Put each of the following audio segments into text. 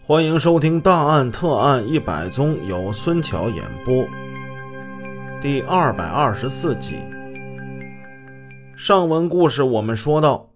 欢迎收听大案特案100宗，由孙桥演播。第224集。上文故事我们说到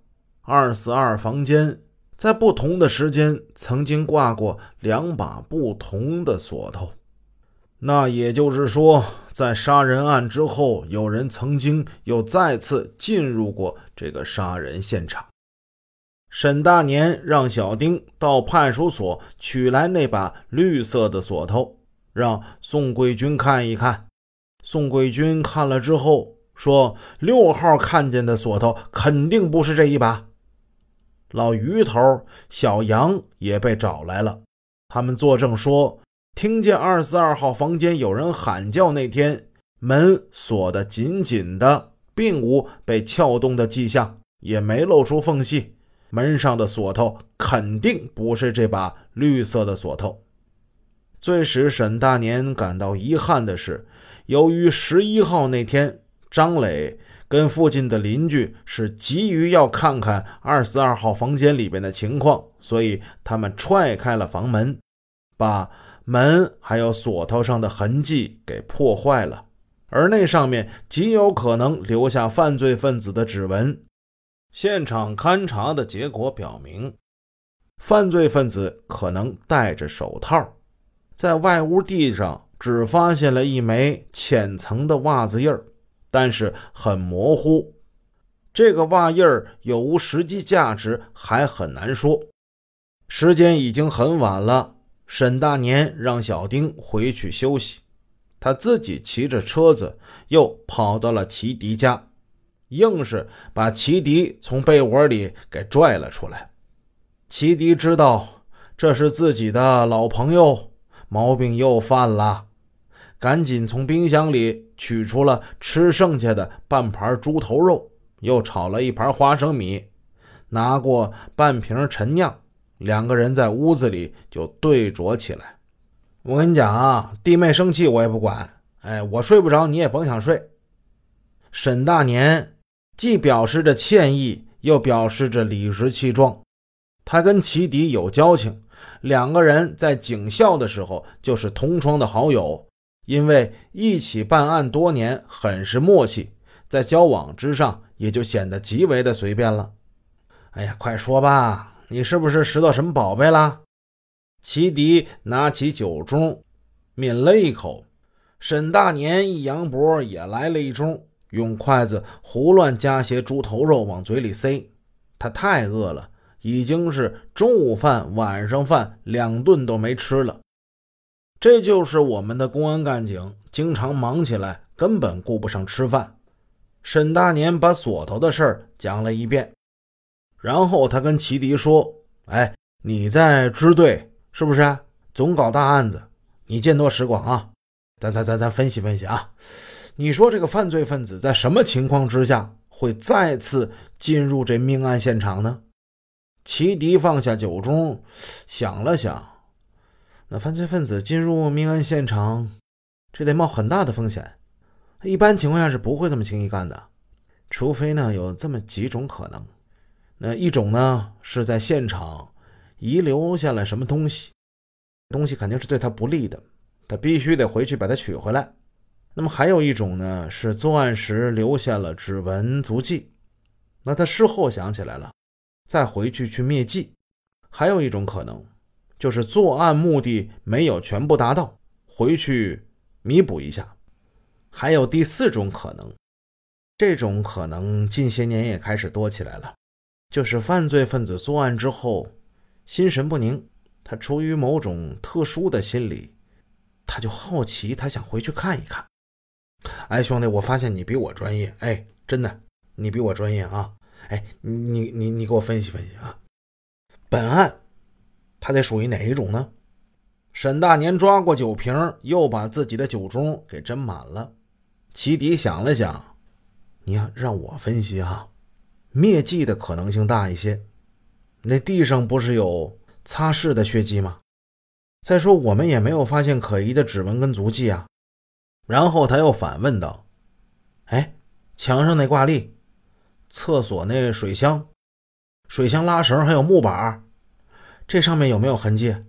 ，242房间在不同的时间曾经挂过2把不同的锁头。那也就是说，在杀人案之后，有人曾经又再次进入过这个杀人现场。沈大年让小丁到派出所取来那把绿色的锁头，让宋贵军看一看。宋贵军看了之后说，6号看见的锁头肯定不是这一把。老于头、小杨也被找来了，他们作证说，听见242号房间有人喊叫那天，门锁得紧紧的，并无被撬动的迹象，也没露出缝隙。门上的锁头肯定不是这把绿色的锁头。最使沈大年感到遗憾的是，由于11号那天张磊跟附近的邻居是急于要看看242号房间里边的情况，所以他们踹开了房门，把门还有锁头上的痕迹给破坏了，而那上面极有可能留下犯罪分子的指纹。现场勘查的结果表明，犯罪分子可能戴着手套。在外屋地上只发现了一枚浅层的袜子印儿，但是很模糊。这个袜印儿有无实际价值还很难说。时间已经很晚了，沈大年让小丁回去休息，他自己骑着车子又跑到了齐迪家，硬是把齐迪从被窝里给拽了出来。齐迪知道这是自己的老朋友，毛病又犯了，赶紧从冰箱里取出了吃剩下的半盘猪头肉，又炒了一盘花生米，拿过半瓶陈酿，两个人在屋子里就对酌起来。我跟你讲啊，弟妹生气我也不管，我睡不着你也甭想睡。沈大年既表示着歉意，又表示着理直气壮。他跟齐迪有交情，两个人在警校的时候就是同窗的好友，因为一起办案多年，很是默契，在交往之上也就显得极为的随便了。哎呀，快说吧，你是不是拾到什么宝贝了？齐迪拿起酒盅抿了一口，沈大年一扬脖也来了一盅，用筷子胡乱夹些猪头肉往嘴里塞。他太饿了，已经是中午饭晚上饭2顿都没吃了。这就是我们的公安干警，经常忙起来根本顾不上吃饭。沈大年把锁头的事儿讲了一遍，然后他跟齐迪说，你在支队是不是总搞大案子，你见多识广啊，咱分析分析啊，你说这个犯罪分子在什么情况之下会再次进入这命案现场呢？齐迪放下酒盅想了想，那犯罪分子进入命案现场，这得冒很大的风险，一般情况下是不会这么轻易干的，除非呢有这么几种可能。那一种呢是在现场遗留下了什么东西肯定是对他不利的，他必须得回去把它取回来。那么还有一种呢是作案时留下了指纹足迹，那他事后想起来了，再回去灭迹。还有一种可能就是作案目的没有全部达到，回去弥补一下。还有第4种可能，这种可能近些年也开始多起来了，就是犯罪分子作案之后心神不宁，他出于某种特殊的心理，他就好奇，他想回去看一看。兄弟，我发现你比我专业，真的你比我专业啊，你给我分析分析啊，本案他得属于哪一种呢？沈大年抓过酒瓶，又把自己的酒盅给斟满了。齐迪想了想，你要让我分析啊，灭迹的可能性大一些，那地上不是有擦拭的血迹吗？再说我们也没有发现可疑的指纹跟足迹啊。然后他又反问道，墙上那挂历，厕所那水箱拉绳还有木板，这上面有没有痕迹？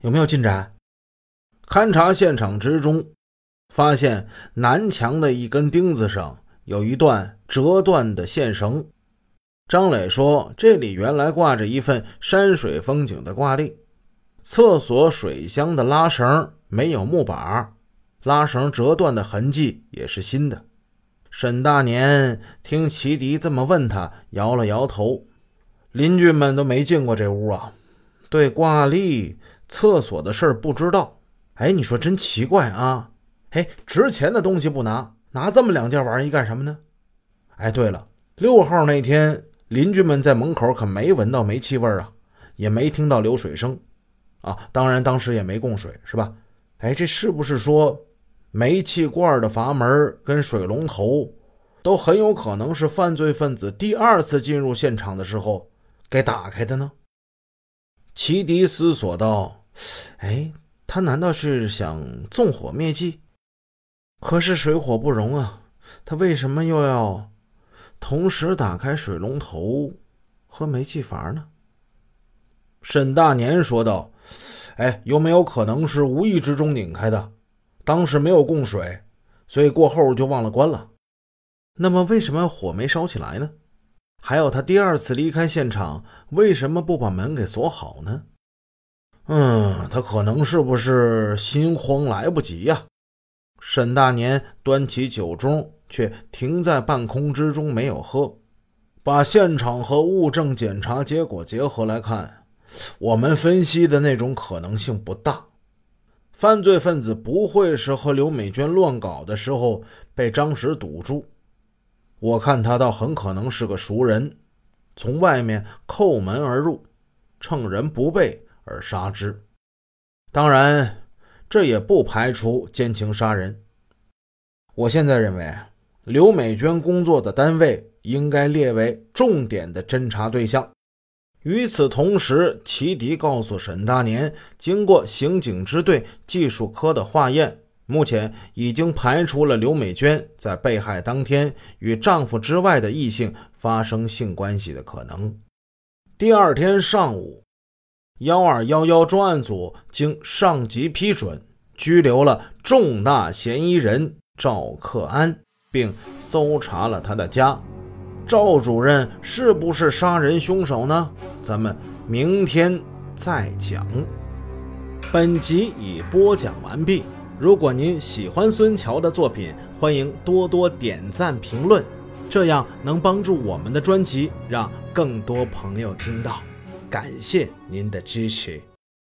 有没有进展？ 勘察现场之中，发现南墙的一根钉子上有一段折断的线绳。张磊说，这里原来挂着一份山水风景的挂历。厕所水箱的拉绳没有木板，拉绳折断的痕迹也是新的。沈大年听齐迪这么问他，摇了摇头。邻居们都没进过这屋啊，对挂历、厕所的事不知道。你说真奇怪啊！值钱的东西不拿，拿这么2件玩意干什么呢？对了，6号那天邻居们在门口可没闻到煤气味啊，也没听到流水声啊，当然当时也没供水，是吧？这是不是说煤气罐的阀门跟水龙头都很有可能是犯罪分子第2次进入现场的时候给打开的呢？齐迪思索道，他难道是想纵火灭迹？可是水火不容啊，他为什么又要同时打开水龙头和煤气阀呢？沈大年说道，有没有可能是无意之中拧开的？当时没有供水，所以过后就忘了关了。那么为什么火没烧起来呢？还有他第2次离开现场，为什么不把门给锁好呢？他可能是不是心慌来不及呀？沈大年端起酒盅，却停在半空之中没有喝。把现场和物证检查结果结合来看，我们分析的那种可能性不大。犯罪分子不会是和刘美娟乱搞的时候被张石堵住，我看他倒很可能是个熟人，从外面叩门而入，趁人不备而杀之。当然，这也不排除奸情杀人。我现在认为，刘美娟工作的单位应该列为重点的侦查对象。与此同时，齐迪告诉沈大年，经过刑警支队技术科的化验，目前已经排除了刘美娟在被害当天与丈夫之外的异性发生性关系的可能。第2天上午，1211专案组经上级批准，拘留了重大嫌疑人赵克安，并搜查了他的家。赵主任是不是杀人凶手呢？咱们明天再讲。本集已播讲完毕。如果您喜欢孙桥的作品，欢迎多多点赞评论，这样能帮助我们的专辑让更多朋友听到。感谢您的支持。